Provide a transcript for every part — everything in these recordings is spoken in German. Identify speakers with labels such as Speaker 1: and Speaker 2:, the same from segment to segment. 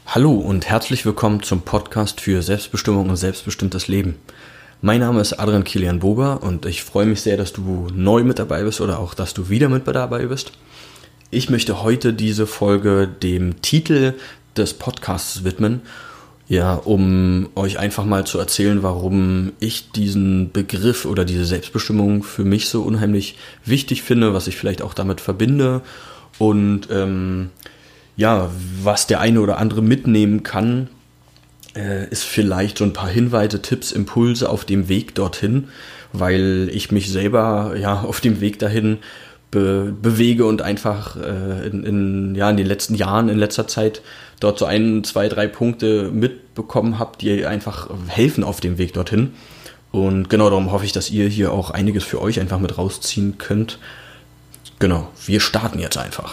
Speaker 1: Hallo und herzlich willkommen zum Podcast für Selbstbestimmung und selbstbestimmtes Leben. Mein Name ist Adrian Kilian Bober und ich freue mich sehr, dass du neu mit dabei bist oder auch, dass du wieder mit dabei bist. Ich möchte heute diese Folge dem Titel des Podcasts widmen, um euch einfach mal zu erzählen, warum ich diesen Begriff oder diese Selbstbestimmung für mich so unheimlich wichtig finde, was ich vielleicht auch damit verbinde und was der eine oder andere mitnehmen kann, ist vielleicht so ein paar Hinweise, Tipps, Impulse auf dem Weg dorthin, weil ich mich selber auf dem Weg dahin bewege und einfach in den letzten Jahren, in letzter Zeit dort so 1, 2, 3 Punkte mitbekommen habe, die einfach helfen auf dem Weg dorthin. Und genau darum hoffe ich, dass ihr hier auch einiges für euch einfach mit rausziehen könnt. Genau, wir starten jetzt einfach.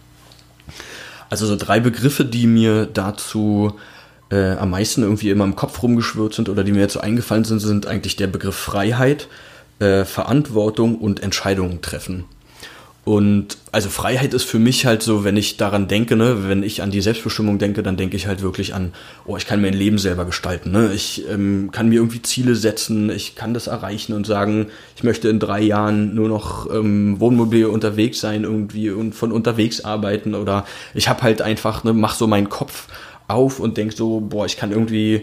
Speaker 1: Also so 3 Begriffe, die mir dazu am meisten irgendwie immer im Kopf rumgeschwirrt sind oder die mir jetzt so eingefallen sind, sind eigentlich der Begriff Freiheit, Verantwortung und Entscheidungen treffen. Und also Freiheit ist für mich halt so, wenn ich daran denke, wenn ich an die Selbstbestimmung denke, dann denke ich halt wirklich an, ich kann mein Leben selber gestalten. Ich kann mir irgendwie Ziele setzen, ich kann das erreichen und sagen, ich möchte in 3 Jahren nur noch Wohnmobil unterwegs sein irgendwie und von unterwegs arbeiten oder ich habe halt einfach, mach so meinen Kopf auf und denke so, ich kann irgendwie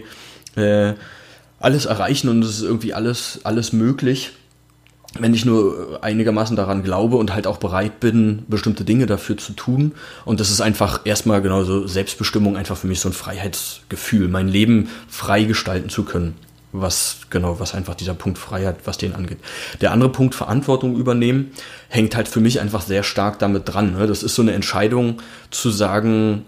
Speaker 1: alles erreichen und es ist irgendwie alles möglich, wenn ich nur einigermaßen daran glaube und halt auch bereit bin, bestimmte Dinge dafür zu tun. Und das ist einfach erstmal genauso Selbstbestimmung, einfach für mich so ein Freiheitsgefühl, mein Leben frei gestalten zu können. Was einfach dieser Punkt Freiheit, was den angeht. Der andere Punkt, Verantwortung übernehmen, hängt halt für mich einfach sehr stark damit dran. Das ist so eine Entscheidung zu sagen,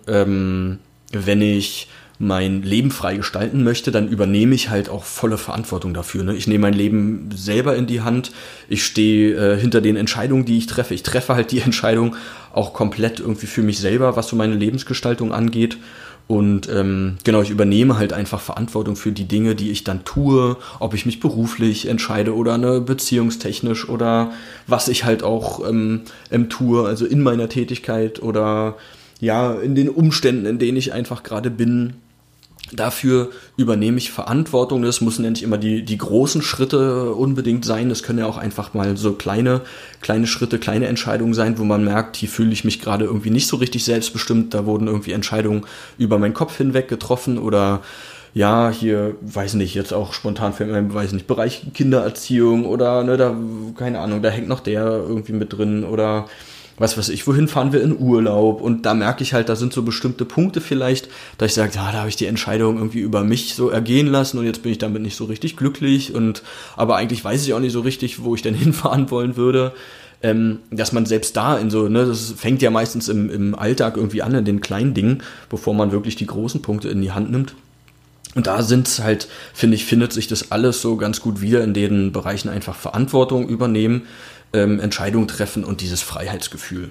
Speaker 1: wenn ich mein Leben frei gestalten möchte, dann übernehme ich halt auch volle Verantwortung dafür. Ich nehme mein Leben selber in die Hand. Ich stehe hinter den Entscheidungen, die ich treffe. Ich treffe halt die Entscheidung auch komplett irgendwie für mich selber, was so meine Lebensgestaltung angeht. Und ich übernehme halt einfach Verantwortung für die Dinge, die ich dann tue, ob ich mich beruflich entscheide oder beziehungstechnisch oder was ich halt auch tue, also in meiner Tätigkeit oder in den Umständen, in denen ich einfach gerade bin. Dafür übernehme ich Verantwortung. Das müssen ja nicht immer die großen Schritte unbedingt sein. Das können ja auch einfach mal so kleine Schritte, kleine Entscheidungen sein, wo man merkt, hier fühle ich mich gerade irgendwie nicht so richtig selbstbestimmt. Da wurden irgendwie Entscheidungen über meinen Kopf hinweg getroffen oder hier, weiß nicht, jetzt auch spontan fällt mir, Bereich Kindererziehung oder keine Ahnung, da hängt noch der irgendwie mit drin oder was weiß ich, wohin fahren wir in Urlaub und da merke ich halt, da sind so bestimmte Punkte vielleicht, da ich sage, da habe ich die Entscheidung irgendwie über mich so ergehen lassen und jetzt bin ich damit nicht so richtig glücklich aber eigentlich weiß ich auch nicht so richtig, wo ich denn hinfahren wollen würde, dass man selbst da in so, das fängt ja meistens im Alltag irgendwie an, in den kleinen Dingen, bevor man wirklich die großen Punkte in die Hand nimmt. Und da sind's halt, findet sich das alles so ganz gut wieder in den Bereichen einfach Verantwortung übernehmen, Entscheidungen treffen und dieses Freiheitsgefühl.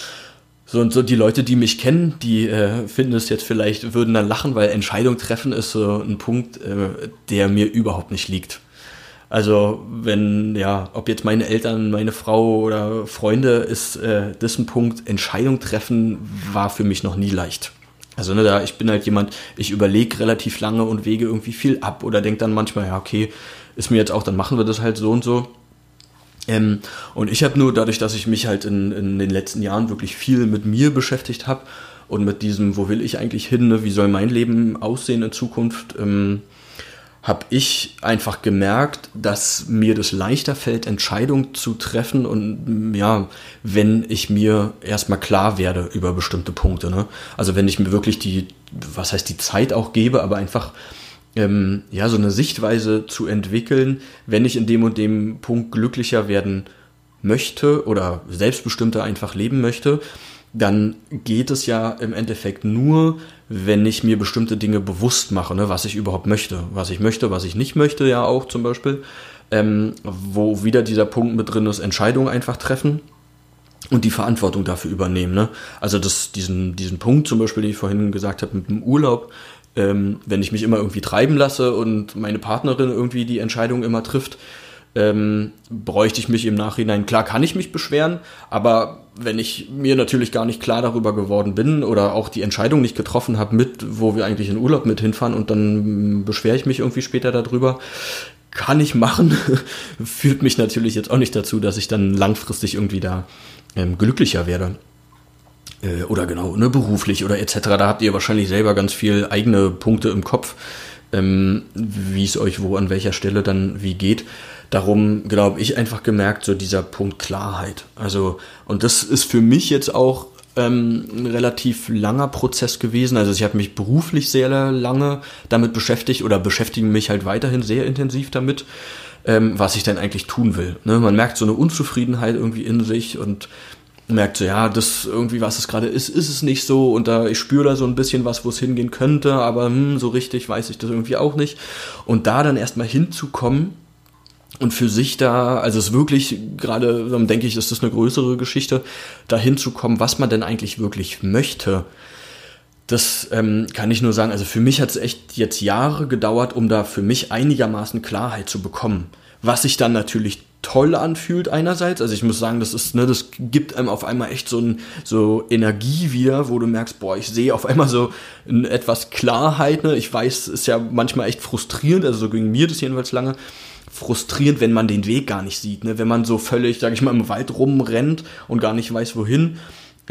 Speaker 1: So und so die Leute, die mich kennen, die finden es jetzt vielleicht, würden dann lachen, weil Entscheidung treffen ist so ein Punkt, der mir überhaupt nicht liegt. Also ob jetzt meine Eltern, meine Frau oder Freunde, ist das ein Punkt, Entscheidung treffen war für mich noch nie leicht. Also ich bin halt jemand, ich überlege relativ lange und wege irgendwie viel ab oder denke dann manchmal, ist mir jetzt auch, dann machen wir das halt so und so. Und ich habe nur dadurch, dass ich mich halt in den letzten Jahren wirklich viel mit mir beschäftigt habe und mit diesem, wo will ich eigentlich hin, wie soll mein Leben aussehen in Zukunft, habe ich einfach gemerkt, dass mir das leichter fällt, Entscheidungen zu treffen und wenn ich mir erstmal klar werde über bestimmte Punkte. Also wenn ich mir wirklich die Zeit auch gebe, aber einfach so eine Sichtweise zu entwickeln, wenn ich in dem und dem Punkt glücklicher werden möchte oder selbstbestimmter einfach leben möchte, dann geht es ja im Endeffekt nur, wenn ich mir bestimmte Dinge bewusst mache, was ich überhaupt möchte, was ich nicht möchte, ja auch zum Beispiel, wo wieder dieser Punkt mit drin ist, Entscheidungen einfach treffen und die Verantwortung dafür übernehmen. Also diesen Punkt zum Beispiel, den ich vorhin gesagt habe mit dem Urlaub, wenn ich mich immer irgendwie treiben lasse und meine Partnerin irgendwie die Entscheidung immer trifft, bräuchte ich mich im Nachhinein, klar kann ich mich beschweren, aber wenn ich mir natürlich gar nicht klar darüber geworden bin oder auch die Entscheidung nicht getroffen habe wo wir eigentlich in Urlaub mit hinfahren und dann beschwere ich mich irgendwie später darüber, kann ich machen, führt mich natürlich jetzt auch nicht dazu, dass ich dann langfristig irgendwie da glücklicher werde. Oder genau, ne, beruflich oder etc. Da habt ihr wahrscheinlich selber ganz viel eigene Punkte im Kopf, wie es euch wo an welcher Stelle dann wie geht. Darum, glaube ich, einfach gemerkt, so dieser Punkt Klarheit. Also, und das ist für mich jetzt auch ein relativ langer Prozess gewesen. Also ich habe mich beruflich sehr lange damit beschäftigt oder beschäftige mich halt weiterhin sehr intensiv damit, was ich denn eigentlich tun will. Ne? Man merkt so eine Unzufriedenheit irgendwie in sich und merkt so, ja, das irgendwie, was es gerade ist es nicht so und ich spüre da so ein bisschen was, wo es hingehen könnte, aber so richtig weiß ich das irgendwie auch nicht. Und da dann erstmal hinzukommen und für sich da, also es ist wirklich, gerade denke ich, ist das eine größere Geschichte, da hinzukommen, was man denn eigentlich wirklich möchte. Das kann ich nur sagen, also für mich hat es echt jetzt Jahre gedauert, um da für mich einigermaßen Klarheit zu bekommen. Was sich dann natürlich toll anfühlt einerseits, also ich muss sagen, das gibt einem auf einmal echt so Energie wieder, wo du merkst, boah, ich sehe auf einmal so etwas Klarheit, ne? Ich weiß, es ist ja manchmal echt frustrierend, also so ging mir das jedenfalls lange, frustrierend, wenn man den Weg gar nicht sieht, ne? Wenn man so völlig, sag ich mal, im Wald rumrennt und gar nicht weiß, wohin,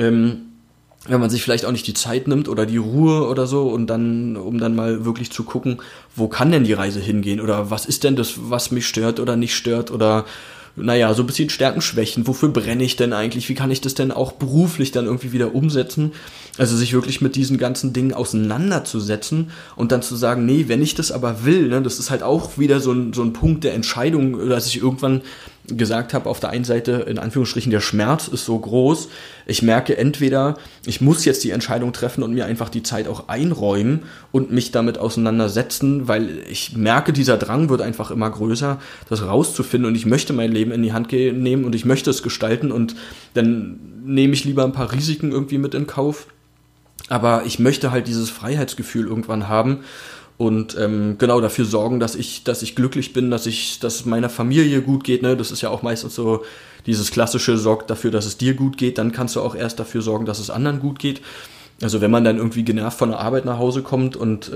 Speaker 1: wenn man sich vielleicht auch nicht die Zeit nimmt oder die Ruhe oder so und dann, um dann mal wirklich zu gucken, wo kann denn die Reise hingehen oder was ist denn das, was mich stört oder nicht stört oder naja, so ein bisschen Stärken, Schwächen, wofür brenne ich denn eigentlich, wie kann ich das denn auch beruflich dann irgendwie wieder umsetzen, also sich wirklich mit diesen ganzen Dingen auseinanderzusetzen und dann zu sagen, nee, wenn ich das aber will, ne, das ist halt auch wieder so ein Punkt der Entscheidung, dass ich irgendwann gesagt habe, auf der einen Seite, in Anführungsstrichen, der Schmerz ist so groß, ich merke entweder, ich muss jetzt die Entscheidung treffen und mir einfach die Zeit auch einräumen und mich damit auseinandersetzen, weil ich merke, dieser Drang wird einfach immer größer, das rauszufinden und ich möchte mein Leben in die Hand nehmen und ich möchte es gestalten und dann nehme ich lieber ein paar Risiken irgendwie mit in Kauf, aber ich möchte halt dieses Freiheitsgefühl irgendwann haben und genau dafür sorgen, dass ich glücklich bin, dass meiner Familie gut geht, ne? Das ist ja auch meistens so dieses klassische, sorg dafür, dass es dir gut geht, dann kannst du auch erst dafür sorgen, dass es anderen gut geht. Also wenn man dann irgendwie genervt von der Arbeit nach Hause kommt und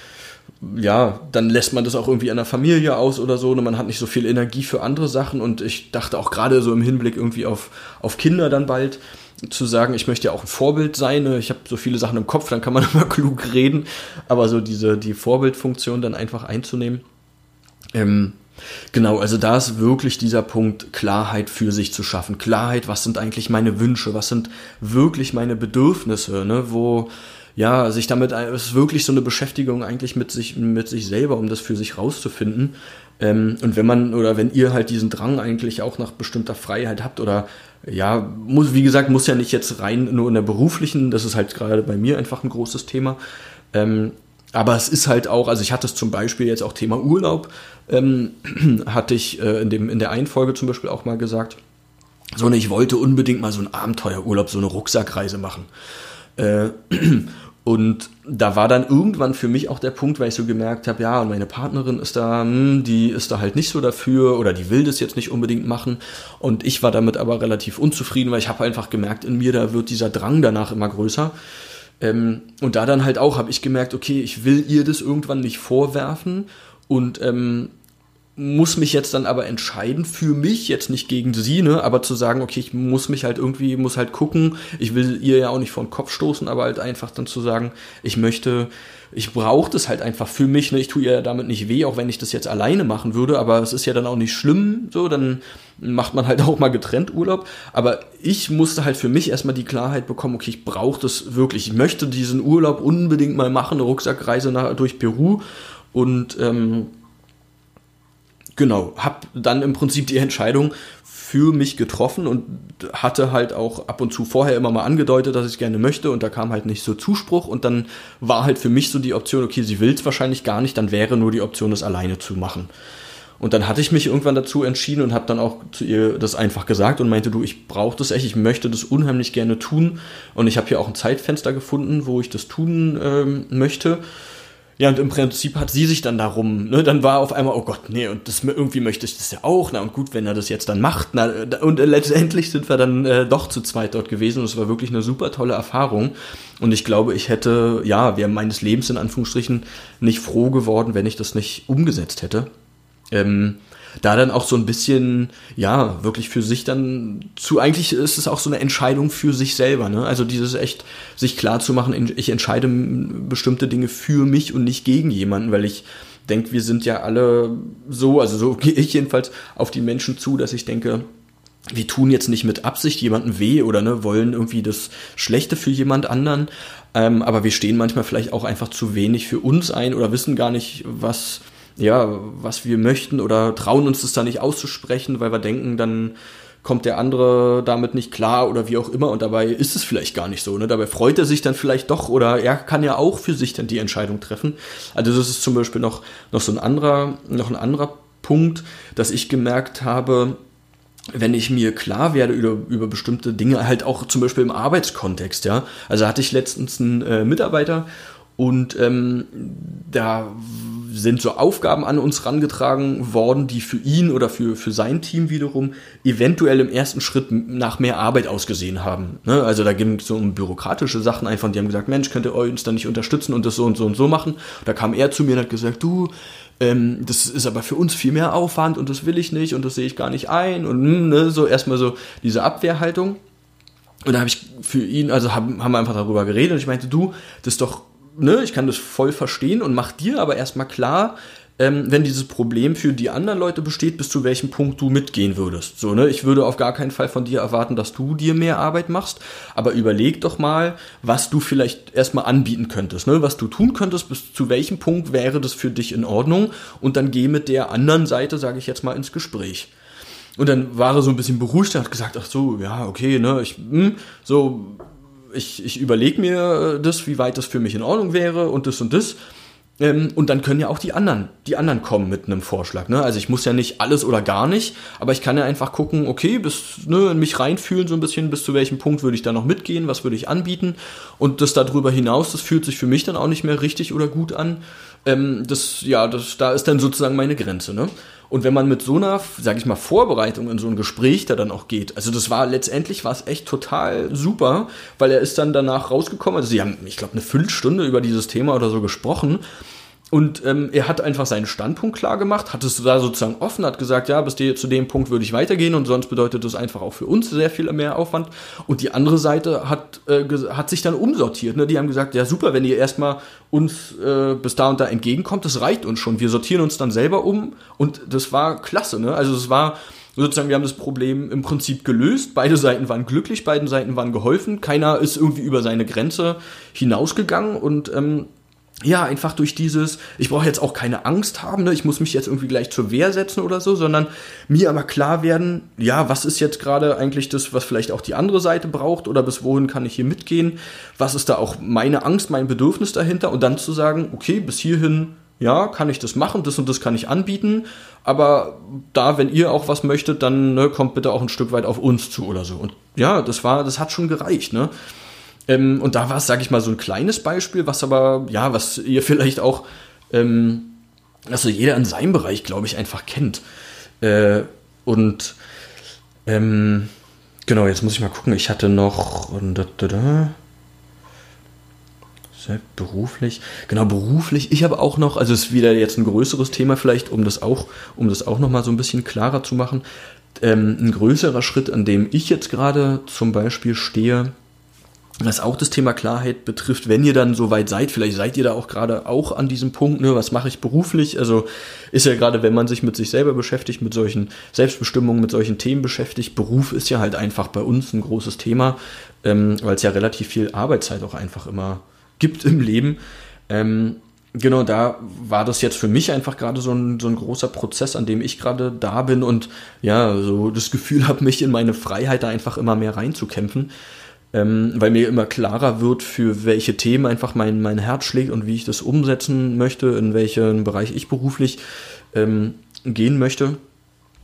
Speaker 1: ja, dann lässt man das auch irgendwie an der Familie aus oder so, und man hat nicht so viel Energie für andere Sachen und ich dachte auch gerade so im Hinblick irgendwie auf Kinder dann bald, zu sagen, ich möchte ja auch ein Vorbild sein, ne? Ich habe so viele Sachen im Kopf, dann kann man immer klug reden, aber so die Vorbildfunktion dann einfach einzunehmen. Genau, also da ist wirklich dieser Punkt, Klarheit für sich zu schaffen. Klarheit, was sind eigentlich meine Wünsche, was sind wirklich meine Bedürfnisse, ne? Wo, ja, sich damit, es ist wirklich so eine Beschäftigung eigentlich mit sich selber, um das für sich rauszufinden. Und wenn ihr halt diesen Drang eigentlich auch nach bestimmter Freiheit habt oder ja, muss ja nicht jetzt rein nur in der beruflichen, das ist halt gerade bei mir einfach ein großes Thema. Aber es ist halt auch, also ich hatte es zum Beispiel jetzt auch Thema Urlaub, hatte ich in der einen Folge zum Beispiel auch mal gesagt, ich wollte unbedingt mal so einen Abenteuerurlaub, so eine Rucksackreise machen. Und da war dann irgendwann für mich auch der Punkt, weil ich so gemerkt habe, ja, und meine Partnerin ist da, die ist da halt nicht so dafür oder die will das jetzt nicht unbedingt machen. Und ich war damit aber relativ unzufrieden, weil ich habe einfach gemerkt, in mir, da wird dieser Drang danach immer größer. Und da dann halt auch habe ich gemerkt, okay, ich will ihr das irgendwann nicht vorwerfen und muss mich jetzt dann aber entscheiden, für mich, jetzt nicht gegen sie, ne, aber zu sagen, okay, ich muss halt gucken, ich will ihr ja auch nicht vor den Kopf stoßen, aber halt einfach dann zu sagen, ich brauche das halt einfach für mich, ne, ich tue ihr ja damit nicht weh, auch wenn ich das jetzt alleine machen würde, aber es ist ja dann auch nicht schlimm, so, dann macht man halt auch mal getrennt Urlaub, aber ich musste halt für mich erstmal die Klarheit bekommen, okay, ich brauche das wirklich, ich möchte diesen Urlaub unbedingt mal machen, eine Rucksackreise durch Peru und genau, habe dann im Prinzip die Entscheidung für mich getroffen und hatte halt auch ab und zu vorher immer mal angedeutet, dass ich es gerne möchte und da kam halt nicht so Zuspruch und dann war halt für mich so die Option, okay, sie will es wahrscheinlich gar nicht, dann wäre nur die Option, es alleine zu machen. Und dann hatte ich mich irgendwann dazu entschieden und habe dann auch zu ihr das einfach gesagt und meinte, du, ich brauche das echt, ich möchte das unheimlich gerne tun und ich habe hier auch ein Zeitfenster gefunden, wo ich das tun möchte. Ja, und im Prinzip hat sie sich dann darum, ne, dann war auf einmal, oh Gott, nee, und das irgendwie möchte ich das ja auch, na und gut, wenn er das jetzt dann macht, na, und letztendlich sind wir dann doch zu zweit dort gewesen und es war wirklich eine super tolle Erfahrung und ich glaube, ich hätte, ja, während meines Lebens in Anführungsstrichen nicht froh geworden, wenn ich das nicht umgesetzt hätte. Da dann auch so ein bisschen, ja, wirklich für sich dann eigentlich ist es auch so eine Entscheidung für sich selber, ne? Also dieses echt, sich klar zu machen, ich entscheide bestimmte Dinge für mich und nicht gegen jemanden, weil ich denke, wir sind ja alle so, also so gehe ich jedenfalls auf die Menschen zu, dass ich denke, wir tun jetzt nicht mit Absicht jemandem weh oder ne, wollen irgendwie das Schlechte für jemand anderen, aber wir stehen manchmal vielleicht auch einfach zu wenig für uns ein oder wissen gar nicht, was wir möchten oder trauen uns das da nicht auszusprechen, weil wir denken, dann kommt der andere damit nicht klar oder wie auch immer und dabei ist es vielleicht gar nicht so, ne? Dabei freut er sich dann vielleicht doch oder er kann ja auch für sich dann die Entscheidung treffen. Also das ist zum Beispiel noch so ein anderer Punkt, dass ich gemerkt habe, wenn ich mir klar werde über bestimmte Dinge, halt auch zum Beispiel im Arbeitskontext, ja. Also hatte ich letztens einen Mitarbeiter und da sind so Aufgaben an uns rangetragen worden, die für ihn oder für sein Team wiederum eventuell im ersten Schritt nach mehr Arbeit ausgesehen haben. Ne? Also da ging es so um bürokratische Sachen einfach. Die haben gesagt, Mensch, könnt ihr uns da nicht unterstützen und das so und so und so machen? Da kam er zu mir und hat gesagt, du, das ist aber für uns viel mehr Aufwand und das will ich nicht und das sehe ich gar nicht ein und ne, so erstmal so diese Abwehrhaltung. Und da habe ich für ihn, also haben wir einfach darüber geredet und ich meinte, du, das ist doch, ne, ich kann das voll verstehen und mach dir aber erstmal klar, wenn dieses Problem für die anderen Leute besteht, bis zu welchem Punkt du mitgehen würdest. So, ne, ich würde auf gar keinen Fall von dir erwarten, dass du dir mehr Arbeit machst, aber überleg doch mal, was du vielleicht erstmal anbieten könntest, ne, was du tun könntest, bis zu welchem Punkt wäre das für dich in Ordnung und dann geh mit der anderen Seite, sage ich jetzt mal, ins Gespräch. Und dann war er so ein bisschen beruhigt und hat gesagt, ach so, ja, okay, ne, ich überlege mir das, wie weit das für mich in Ordnung wäre und das und das. Und dann können ja auch die anderen kommen mit einem Vorschlag. Ne? Also ich muss ja nicht alles oder gar nicht, aber ich kann ja einfach gucken, okay, in mich reinfühlen so ein bisschen, bis zu welchem Punkt würde ich da noch mitgehen, was würde ich anbieten. Und das darüber hinaus, das fühlt sich für mich dann auch nicht mehr richtig oder gut an. Da ist dann sozusagen meine Grenze. Ne? Und wenn man mit so einer, sag ich mal, Vorbereitung in so ein Gespräch da dann auch geht, also das war letztendlich echt total super, weil er ist dann danach rausgekommen, also sie haben, ich glaube, eine Viertelstunde über dieses Thema oder so gesprochen und er hat einfach seinen Standpunkt klar gemacht, hat es da sozusagen offen, hat gesagt, ja, zu dem Punkt würde ich weitergehen und sonst bedeutet das einfach auch für uns sehr viel mehr Aufwand und die andere Seite hat sich dann umsortiert, ne? Die haben gesagt, ja super, wenn ihr erstmal uns bis da und da entgegenkommt, das reicht uns schon, wir sortieren uns dann selber um und das war klasse, ne? Also es war sozusagen, wir haben das Problem im Prinzip gelöst, beide Seiten waren glücklich, beiden Seiten waren geholfen, keiner ist irgendwie über seine Grenze hinausgegangen und ja, einfach durch dieses, ich brauche jetzt auch keine Angst haben, ne? Ich muss mich jetzt irgendwie gleich zur Wehr setzen oder so, sondern mir aber klar werden, ja, was ist jetzt gerade eigentlich das, was vielleicht auch die andere Seite braucht oder bis wohin kann ich hier mitgehen, was ist da auch meine Angst, mein Bedürfnis dahinter und dann zu sagen, okay, bis hierhin, ja, kann ich das machen, das und das kann ich anbieten, aber da, wenn ihr auch was möchtet, dann ne, kommt bitte auch ein Stück weit auf uns zu oder so und ja, das hat schon gereicht, ne? Und da war es, sag ich mal, so ein kleines Beispiel, was ihr vielleicht auch, also jeder in seinem Bereich, glaube ich, einfach kennt. Genau, jetzt muss ich mal gucken, ich hatte noch, beruflich, ich habe auch noch, also es ist wieder jetzt ein größeres Thema vielleicht, um das auch nochmal so ein bisschen klarer zu machen, ein größerer Schritt, an dem ich jetzt gerade zum Beispiel stehe, was auch das Thema Klarheit betrifft, wenn ihr dann soweit seid, vielleicht seid ihr da auch gerade auch an diesem Punkt, ne, was mache ich beruflich, also ist ja gerade, wenn man sich mit sich selber beschäftigt, mit solchen Selbstbestimmungen, mit solchen Themen beschäftigt, Beruf ist ja halt einfach bei uns ein großes Thema, weil es ja relativ viel Arbeitszeit auch einfach immer gibt im Leben, genau, da war das jetzt für mich einfach gerade so ein großer Prozess, an dem ich gerade da bin und ja, so das Gefühl habe, mich in meine Freiheit da einfach immer mehr reinzukämpfen, weil mir immer klarer wird, für welche Themen einfach mein Herz schlägt und wie ich das umsetzen möchte, in welchen Bereich ich beruflich gehen möchte.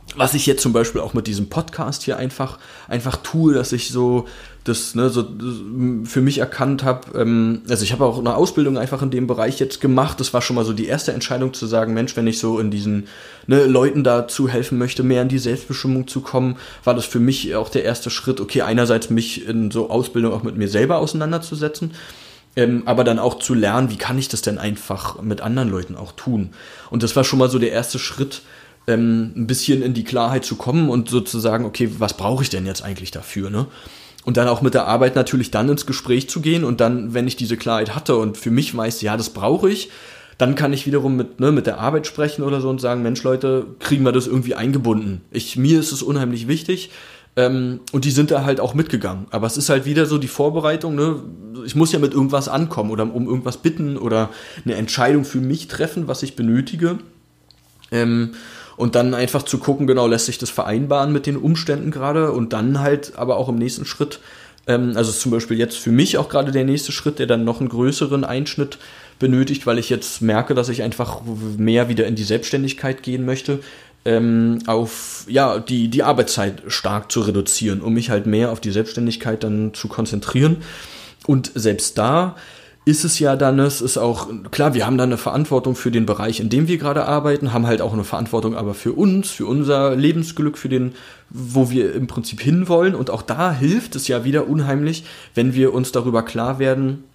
Speaker 1: was ich jetzt zum Beispiel auch mit diesem Podcast hier einfach tue, dass ich so das so für mich erkannt habe. Also ich habe auch eine Ausbildung einfach in dem Bereich jetzt gemacht. Das war schon mal so die erste Entscheidung zu sagen, Mensch, wenn ich so in diesen Leuten dazu helfen möchte, mehr in die Selbstbestimmung zu kommen, war das für mich auch der erste Schritt, okay, einerseits mich in so Ausbildung auch mit mir selber auseinanderzusetzen, aber dann auch zu lernen, wie kann ich das denn einfach mit anderen Leuten auch tun. Und das war schon mal so der erste Schritt, ein bisschen in die Klarheit zu kommen und sozusagen, okay, was brauche ich denn jetzt eigentlich dafür, ne? Und dann auch mit der Arbeit natürlich dann ins Gespräch zu gehen und dann, wenn ich diese Klarheit hatte und für mich weiß, ja, das brauche ich, dann kann ich wiederum mit der Arbeit sprechen oder so und sagen, Mensch Leute, kriegen wir das irgendwie eingebunden? Mir ist es unheimlich wichtig, und die sind da halt auch mitgegangen. Aber es ist halt wieder so die Vorbereitung, ne? Ich muss ja mit irgendwas ankommen oder um irgendwas bitten oder eine Entscheidung für mich treffen, was ich benötige. Und dann einfach zu gucken, genau, lässt sich das vereinbaren mit den Umständen gerade und dann halt aber auch im nächsten Schritt, also zum Beispiel jetzt für mich auch gerade der nächste Schritt, der dann noch einen größeren Einschnitt benötigt, weil ich jetzt merke, dass ich einfach mehr wieder in die Selbstständigkeit gehen möchte, auf die Arbeitszeit stark zu reduzieren, um mich halt mehr auf die Selbstständigkeit dann zu konzentrieren. Und selbst da ist es ja dann, es ist auch, klar, wir haben dann eine Verantwortung für den Bereich, in dem wir gerade arbeiten, haben halt auch eine Verantwortung aber für uns, für unser Lebensglück, für den, wo wir im Prinzip hinwollen. Und auch da hilft es ja wieder unheimlich, wenn wir uns darüber klar werden,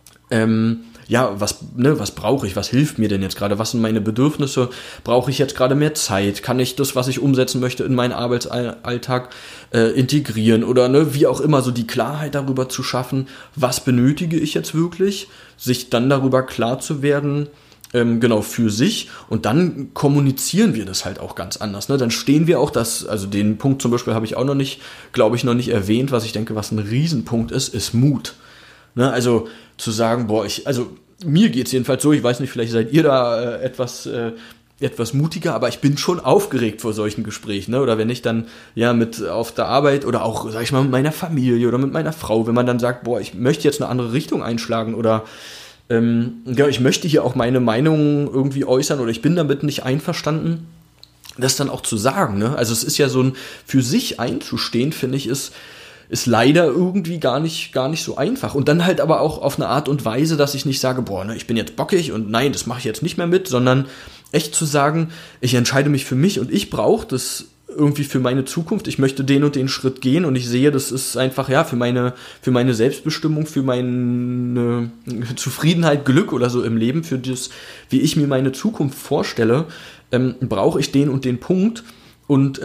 Speaker 1: was brauche ich, was hilft mir denn jetzt gerade, was sind meine Bedürfnisse, brauche ich jetzt gerade mehr Zeit, kann ich das, was ich umsetzen möchte, in meinen Arbeitsalltag integrieren oder wie auch immer, so die Klarheit darüber zu schaffen, was benötige ich jetzt wirklich, sich dann darüber klar zu werden, für sich und dann kommunizieren wir das halt auch ganz anders, ne? Dann stehen wir auch, also den Punkt zum Beispiel habe ich auch noch nicht erwähnt, was ich denke, was ein Riesenpunkt ist Mut. Ne, also zu sagen, mir geht's jedenfalls so, ich weiß nicht, vielleicht seid ihr da etwas mutiger, aber ich bin schon aufgeregt vor solchen Gesprächen, ne? Oder wenn ich dann mit auf der Arbeit oder auch, sag ich mal, mit meiner Familie oder mit meiner Frau, wenn man dann sagt, ich möchte jetzt eine andere Richtung einschlagen oder ich möchte hier auch meine Meinung irgendwie äußern oder ich bin damit nicht einverstanden, das dann auch zu sagen, ne? Also es ist ja so ein für sich einzustehen, finde ich, ist leider irgendwie gar nicht so einfach. Und dann halt aber auch auf eine Art und Weise, dass ich nicht sage, ich bin jetzt bockig und nein, das mache ich jetzt nicht mehr mit, sondern echt zu sagen, ich entscheide mich für mich und ich brauche das irgendwie für meine Zukunft. Ich möchte den und den Schritt gehen und ich sehe, das ist einfach, für meine Selbstbestimmung, für meine Zufriedenheit, Glück oder so im Leben, für das, wie ich mir meine Zukunft vorstelle, brauche ich den und den Punkt und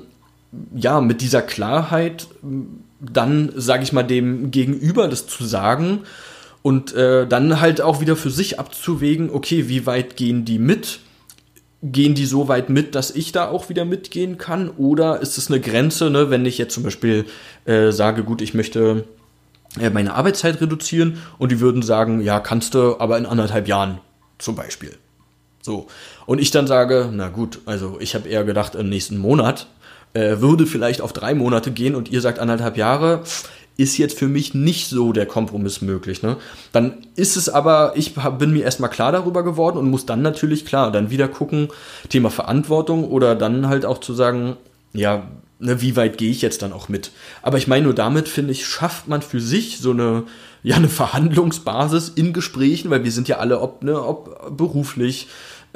Speaker 1: mit dieser Klarheit dann, sage ich mal, dem Gegenüber das zu sagen und dann halt auch wieder für sich abzuwägen, okay, wie weit gehen die mit? Gehen die so weit mit, dass ich da auch wieder mitgehen kann? Oder ist es eine Grenze, ne, wenn ich jetzt zum Beispiel sage, gut, ich möchte meine Arbeitszeit reduzieren und die würden sagen, ja, kannst du, aber in 1,5 Jahren zum Beispiel. So. Und ich dann sage, na gut, also ich habe eher gedacht, im nächsten Monat würde vielleicht auf 3 Monate gehen und ihr sagt 1,5 Jahre, ist jetzt für mich nicht so der Kompromiss möglich, ne? Dann ist es aber, bin mir erstmal klar darüber geworden und muss dann natürlich dann wieder gucken, Thema Verantwortung oder dann halt auch zu sagen, wie weit gehe ich jetzt dann auch mit? Aber ich meine, nur damit, finde ich, schafft man für sich so eine Verhandlungsbasis in Gesprächen, weil wir sind ja alle, ob beruflich,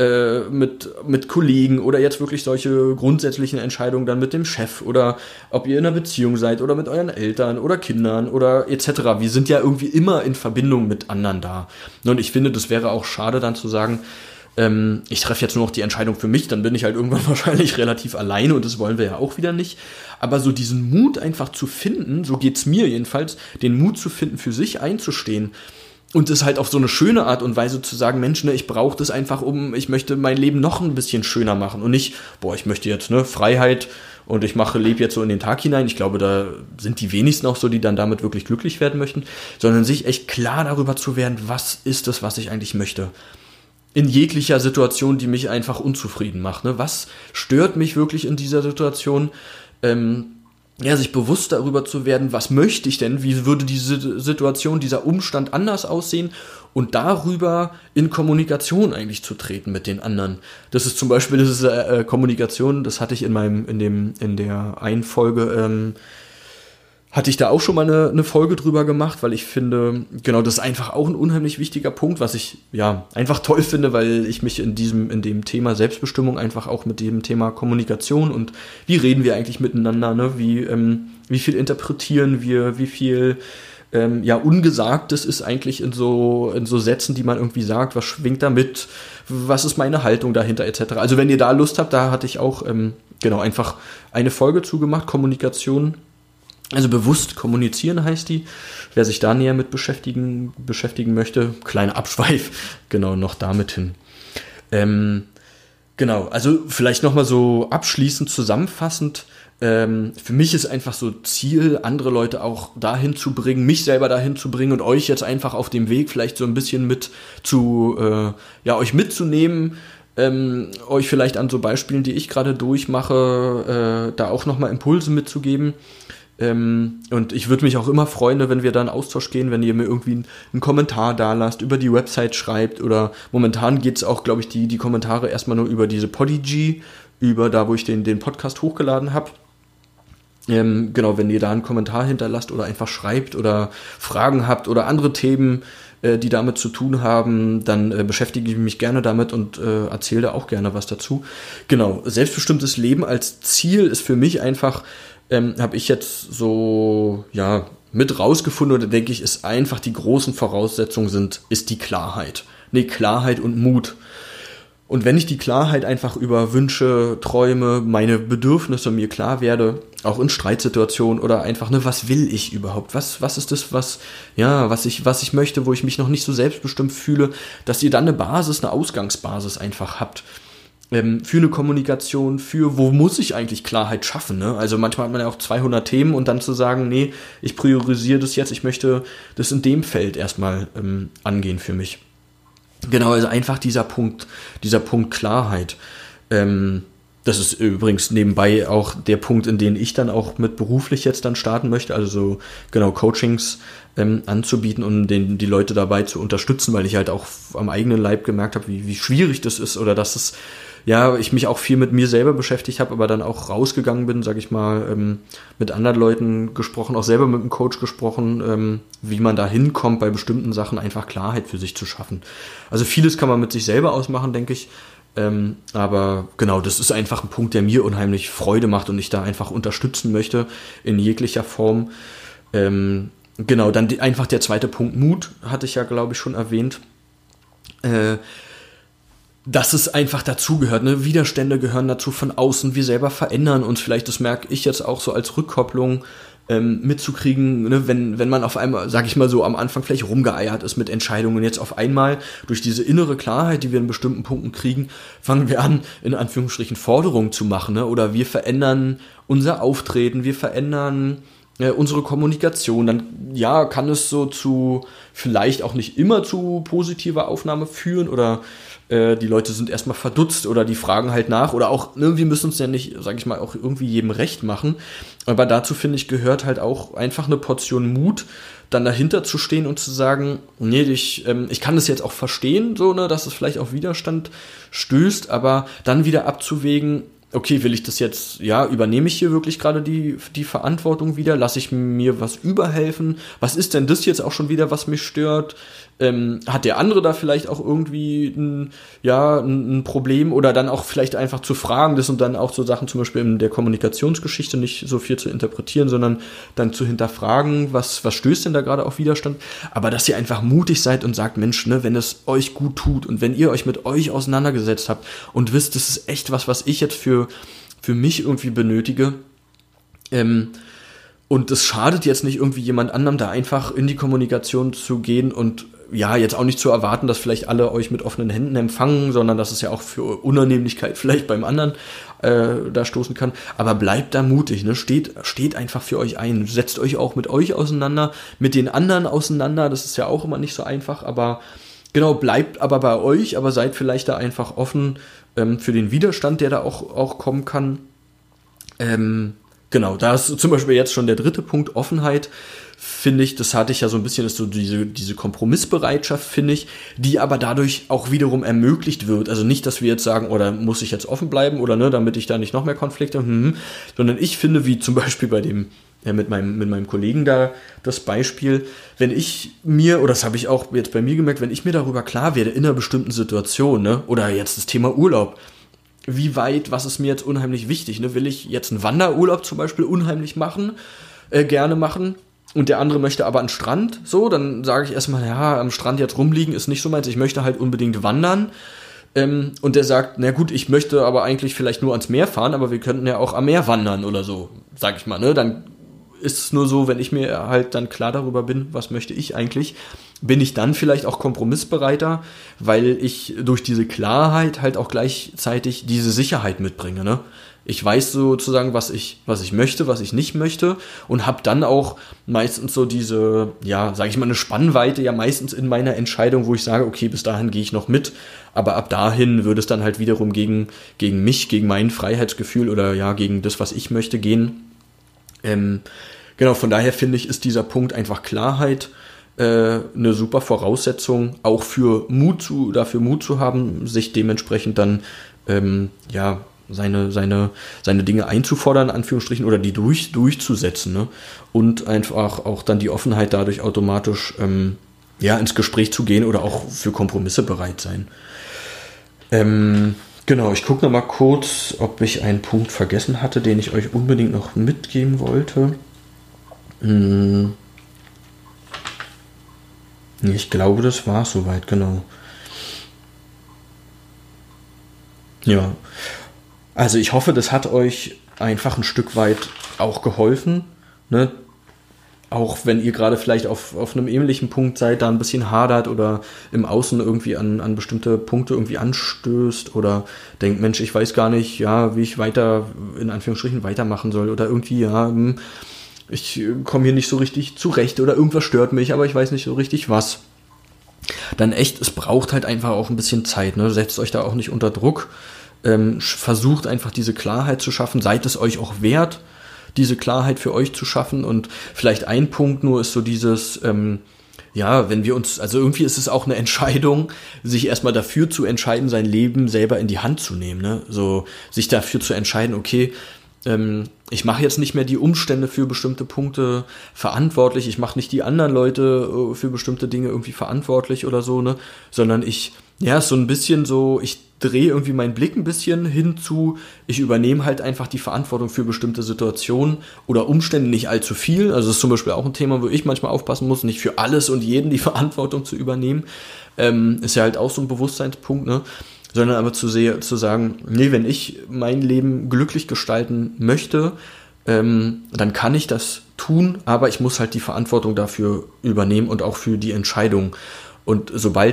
Speaker 1: mit Kollegen oder jetzt wirklich solche grundsätzlichen Entscheidungen dann mit dem Chef oder ob ihr in einer Beziehung seid oder mit euren Eltern oder Kindern oder etc. Wir sind ja irgendwie immer in Verbindung mit anderen da. Und ich finde, das wäre auch schade dann zu sagen, ich treffe jetzt nur noch die Entscheidung für mich, dann bin ich halt irgendwann wahrscheinlich relativ alleine und das wollen wir ja auch wieder nicht. Aber so diesen Mut einfach zu finden, so geht's mir jedenfalls, den Mut zu finden, für sich einzustehen. Und es halt auf so eine schöne Art und Weise zu sagen, Mensch, ich brauche das einfach, ich möchte mein Leben noch ein bisschen schöner machen und nicht, ich möchte jetzt Freiheit und ich lebe jetzt so in den Tag hinein. Ich glaube, da sind die wenigsten auch so, die dann damit wirklich glücklich werden möchten, sondern sich echt klar darüber zu werden, was ist das, was ich eigentlich möchte. In jeglicher Situation, die mich einfach unzufrieden macht. Ne? Was stört mich wirklich in dieser Situation? Sich bewusst darüber zu werden, was möchte ich denn, wie würde diese Situation, dieser Umstand anders aussehen und darüber in Kommunikation eigentlich zu treten mit den anderen. Das ist zum Beispiel, Kommunikation, das hatte ich in der einen Folge, hatte ich da auch schon mal eine Folge drüber gemacht, weil ich finde, genau, das ist einfach auch ein unheimlich wichtiger Punkt, was ich ja einfach toll finde, weil ich mich in dem Thema Selbstbestimmung einfach auch mit dem Thema Kommunikation und wie reden wir eigentlich miteinander, ne? Wie viel interpretieren wir, wie viel Ungesagtes ist eigentlich in so Sätzen, die man irgendwie sagt, was schwingt da mit, was ist meine Haltung dahinter etc. Also wenn ihr da Lust habt, da hatte ich auch einfach eine Folge zugemacht, Kommunikation. Also bewusst kommunizieren heißt die. Wer sich da näher mit beschäftigen möchte, kleiner Abschweif, genau, noch damit hin. Genau, also vielleicht nochmal so abschließend zusammenfassend. Für mich ist einfach so Ziel, andere Leute auch dahin zu bringen, mich selber dahin zu bringen und euch jetzt einfach auf dem Weg vielleicht so ein bisschen euch mitzunehmen, euch vielleicht an so Beispielen, die ich gerade durchmache, da auch nochmal Impulse mitzugeben. Und ich würde mich auch immer freuen, wenn wir da in Austausch gehen, wenn ihr mir irgendwie einen Kommentar da lasst, über die Website schreibt oder momentan geht's auch, glaube ich, die Kommentare erstmal nur über diese Podigy, über da, wo ich den Podcast hochgeladen habe. Genau, wenn ihr da einen Kommentar hinterlasst oder einfach schreibt oder Fragen habt oder andere Themen, die damit zu tun haben, dann beschäftige ich mich gerne damit und erzähle da auch gerne was dazu. Genau, selbstbestimmtes Leben als Ziel ist für mich einfach, habe ich jetzt so, mit rausgefunden oder denke ich, ist einfach die großen Voraussetzungen ist die Klarheit. Klarheit und Mut. Und wenn ich die Klarheit einfach über Wünsche, Träume, meine Bedürfnisse mir klar werde, auch in Streitsituationen oder einfach, was will ich überhaupt? Was ist das, was ich möchte, wo ich mich noch nicht so selbstbestimmt fühle, dass ihr dann eine Ausgangsbasis einfach habt. Für eine Kommunikation, wo muss ich eigentlich Klarheit schaffen, ne? Also manchmal hat man ja auch 200 Themen und dann zu sagen, ich priorisiere das jetzt, ich möchte das in dem Feld erstmal angehen für mich. Genau, also einfach dieser Punkt Klarheit. Das ist übrigens nebenbei auch der Punkt, in den ich dann auch mit beruflich jetzt dann starten möchte, also so genau Coachings anzubieten, um die Leute dabei zu unterstützen, weil ich halt auch am eigenen Leib gemerkt habe, wie schwierig das ist oder dass es ich mich auch viel mit mir selber beschäftigt habe, aber dann auch rausgegangen bin, sag ich mal, mit anderen Leuten gesprochen, auch selber mit einem Coach gesprochen, wie man da hinkommt, bei bestimmten Sachen einfach Klarheit für sich zu schaffen. Also vieles kann man mit sich selber ausmachen, denke ich, aber genau, das ist einfach ein Punkt, der mir unheimlich Freude macht und ich da einfach unterstützen möchte in jeglicher Form. Genau, dann einfach der zweite Punkt, Mut, hatte ich ja, glaube ich, schon erwähnt. Dass es einfach dazugehört, ne? Widerstände gehören dazu von außen, wir selber verändern uns vielleicht, das merke ich jetzt auch so als Rückkopplung mitzukriegen, ne? Wenn man auf einmal, sag ich mal so, am Anfang vielleicht rumgeeiert ist mit Entscheidungen, jetzt auf einmal durch diese innere Klarheit, die wir in bestimmten Punkten kriegen, fangen wir an, in Anführungsstrichen Forderungen zu machen, ne? Oder wir verändern unser Auftreten, wir verändern unsere Kommunikation, dann kann es so vielleicht auch nicht immer zu positiver Aufnahme führen oder die Leute sind erstmal verdutzt oder die fragen halt nach oder auch, wir müssen uns ja nicht, sag ich mal, auch irgendwie jedem recht machen, aber dazu, finde ich, gehört halt auch einfach eine Portion Mut, dann dahinter zu stehen und zu sagen, ich kann das jetzt auch verstehen, so, ne, dass es vielleicht auf Widerstand stößt, aber dann wieder abzuwägen, okay, will ich das jetzt, übernehme ich hier wirklich gerade die Verantwortung wieder? Lasse ich mir was überhelfen? Was ist denn das jetzt auch schon wieder, was mich stört? Hat der andere da vielleicht auch irgendwie ein Problem oder dann auch vielleicht einfach zu fragen, das sind dann auch so Sachen zum Beispiel in der Kommunikationsgeschichte nicht so viel zu interpretieren, sondern dann zu hinterfragen, was stößt denn da gerade auf Widerstand, aber dass ihr einfach mutig seid und sagt, Mensch, ne, wenn es euch gut tut und wenn ihr euch mit euch auseinandergesetzt habt und wisst, das ist echt was ich jetzt für mich irgendwie benötige, und es schadet jetzt nicht irgendwie jemand anderem, da einfach in die Kommunikation zu gehen und jetzt auch nicht zu erwarten, dass vielleicht alle euch mit offenen Händen empfangen, sondern dass es ja auch für Unannehmlichkeit vielleicht beim anderen da stoßen kann. Aber bleibt da mutig, ne? Steht einfach für euch ein. Setzt euch auch mit euch auseinander, mit den anderen auseinander. Das ist ja auch immer nicht so einfach, aber genau, bleibt aber bei euch, aber seid vielleicht da einfach offen für den Widerstand, der da auch kommen kann. Genau, da ist zum Beispiel jetzt schon der dritte Punkt, Offenheit. finde ich, das hatte ich ja so ein bisschen, ist so diese Kompromissbereitschaft, finde ich, die aber dadurch auch wiederum ermöglicht wird. Also nicht, dass wir jetzt sagen, oder muss ich jetzt offen bleiben oder ne, damit ich da nicht noch mehr Konflikte, sondern ich finde, wie zum Beispiel bei dem, mit meinem Kollegen da das Beispiel, wenn ich mir, oder das habe ich auch jetzt bei mir gemerkt, wenn ich mir darüber klar werde in einer bestimmten Situation, ne, oder jetzt das Thema Urlaub, wie weit, was ist mir jetzt unheimlich wichtig, ne, will ich jetzt einen Wanderurlaub zum Beispiel unheimlich gerne machen, und der andere möchte aber an den Strand, so, dann sage ich erstmal, ja, am Strand jetzt rumliegen ist nicht so meins, ich möchte halt unbedingt wandern. Und der sagt, na gut, ich möchte aber eigentlich vielleicht nur ans Meer fahren, aber wir könnten ja auch am Meer wandern oder so, sag ich mal, ne, dann ist es nur so, wenn ich mir halt dann klar darüber bin, was möchte ich eigentlich, bin ich dann vielleicht auch kompromissbereiter, weil ich durch diese Klarheit halt auch gleichzeitig diese Sicherheit mitbringe, ne? Ich weiß sozusagen, was ich möchte, was ich nicht möchte, und habe dann auch meistens so diese, ja, sage ich mal, eine Spannweite ja meistens in meiner Entscheidung, wo ich sage, okay, bis dahin gehe ich noch mit, aber ab dahin würde es dann halt wiederum gegen mich, gegen mein Freiheitsgefühl oder ja, gegen das, was ich möchte, gehen. Genau, von daher finde ich, ist dieser Punkt einfach Klarheit eine super Voraussetzung, auch dafür Mut zu haben, sich dementsprechend dann ja, seine Dinge einzufordern, in Anführungsstrichen, oder die durchzusetzen, ne? Und einfach auch dann die Offenheit dadurch automatisch ja, ins Gespräch zu gehen oder auch für Kompromisse bereit sein. Genau, ich gucke noch mal kurz, ob ich einen Punkt vergessen hatte, den ich euch unbedingt noch mitgeben wollte. Ich glaube, das war es soweit, genau. Ja, also ich hoffe, das hat euch einfach ein Stück weit auch geholfen, ne? Auch wenn ihr gerade vielleicht auf einem ähnlichen Punkt seid, da ein bisschen hadert oder im Außen irgendwie an bestimmte Punkte irgendwie anstößt oder denkt, Mensch, ich weiß gar nicht, ja, wie ich weiter, in Anführungsstrichen, weitermachen soll oder irgendwie, ja, ich komme hier nicht so richtig zurecht oder irgendwas stört mich, aber ich weiß nicht so richtig was. Dann echt, es braucht halt einfach auch ein bisschen Zeit, ne? Setzt euch da auch nicht unter Druck, versucht einfach diese Klarheit zu schaffen, seid es euch auch wert, diese Klarheit für euch zu schaffen. Und vielleicht ein Punkt nur ist so dieses, ja, wenn wir uns, also irgendwie ist es auch eine Entscheidung, sich erstmal dafür zu entscheiden, sein Leben selber in die Hand zu nehmen, ne? So, sich dafür zu entscheiden, okay, ich mache jetzt nicht mehr die Umstände für bestimmte Punkte verantwortlich, ich mache nicht die anderen Leute für bestimmte Dinge irgendwie verantwortlich oder so, ne, sondern ist so ein bisschen so, ich drehe irgendwie meinen Blick ein bisschen hinzu, ich übernehme halt einfach die Verantwortung für bestimmte Situationen oder Umstände, nicht allzu viel, also das ist zum Beispiel auch ein Thema, wo ich manchmal aufpassen muss, nicht für alles und jeden die Verantwortung zu übernehmen, ist ja halt auch so ein Bewusstseinspunkt, ne, sondern aber zu sagen, nee, wenn ich mein Leben glücklich gestalten möchte, dann kann ich das tun, aber ich muss halt die Verantwortung dafür übernehmen und auch für die Entscheidung. Und solange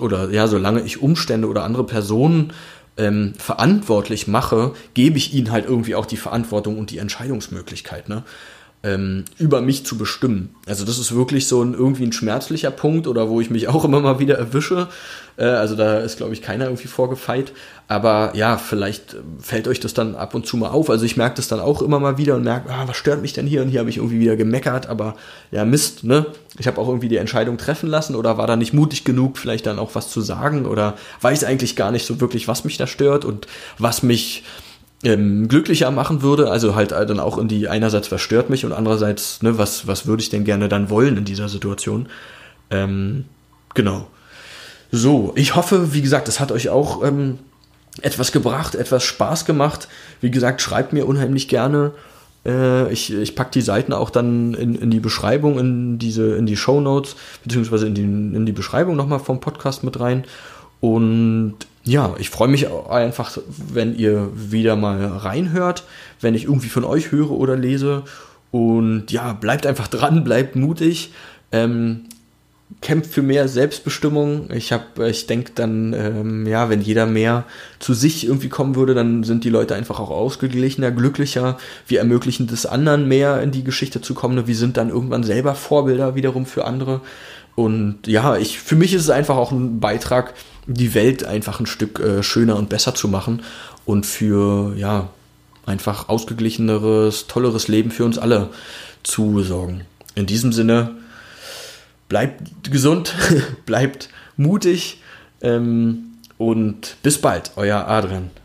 Speaker 1: ich Umstände oder andere Personen verantwortlich mache, gebe ich ihnen halt irgendwie auch die Verantwortung und die Entscheidungsmöglichkeit, ne? Über mich zu bestimmen. Also das ist wirklich so irgendwie ein schmerzlicher Punkt oder wo ich mich auch immer mal wieder erwische. Also da ist, glaube ich, keiner irgendwie vorgefeit. Aber ja, vielleicht fällt euch das dann ab und zu mal auf. Also ich merke das dann auch immer mal wieder und merke, was stört mich denn hier? Und hier habe ich irgendwie wieder gemeckert. Aber ja, Mist, ne? Ich habe auch irgendwie die Entscheidung treffen lassen oder war da nicht mutig genug, vielleicht dann auch was zu sagen oder weiß eigentlich gar nicht so wirklich, was mich da stört und was mich glücklicher machen würde, also halt dann auch einerseits was stört mich und andererseits, ne, was würde ich denn gerne dann wollen in dieser Situation. Genau. So, ich hoffe, wie gesagt, es hat euch auch etwas gebracht, etwas Spaß gemacht. Wie gesagt, schreibt mir unheimlich gerne. Ich packe die Seiten auch dann in die Beschreibung, in die Shownotes, beziehungsweise in die Beschreibung nochmal vom Podcast mit rein. Und ja, ich freue mich einfach, wenn ihr wieder mal reinhört, wenn ich irgendwie von euch höre oder lese. Und ja, bleibt einfach dran, bleibt mutig, kämpft für mehr Selbstbestimmung. Ich denke dann, wenn jeder mehr zu sich irgendwie kommen würde, dann sind die Leute einfach auch ausgeglichener, glücklicher. Wir ermöglichen des anderen mehr in die Geschichte zu kommen. Wir sind dann irgendwann selber Vorbilder wiederum für andere. Und ja, für mich ist es einfach auch ein Beitrag, die Welt einfach ein Stück schöner und besser zu machen und für, ja, einfach ausgeglicheneres, tolleres Leben für uns alle zu sorgen. In diesem Sinne, bleibt gesund, bleibt mutig und bis bald, euer Adrian.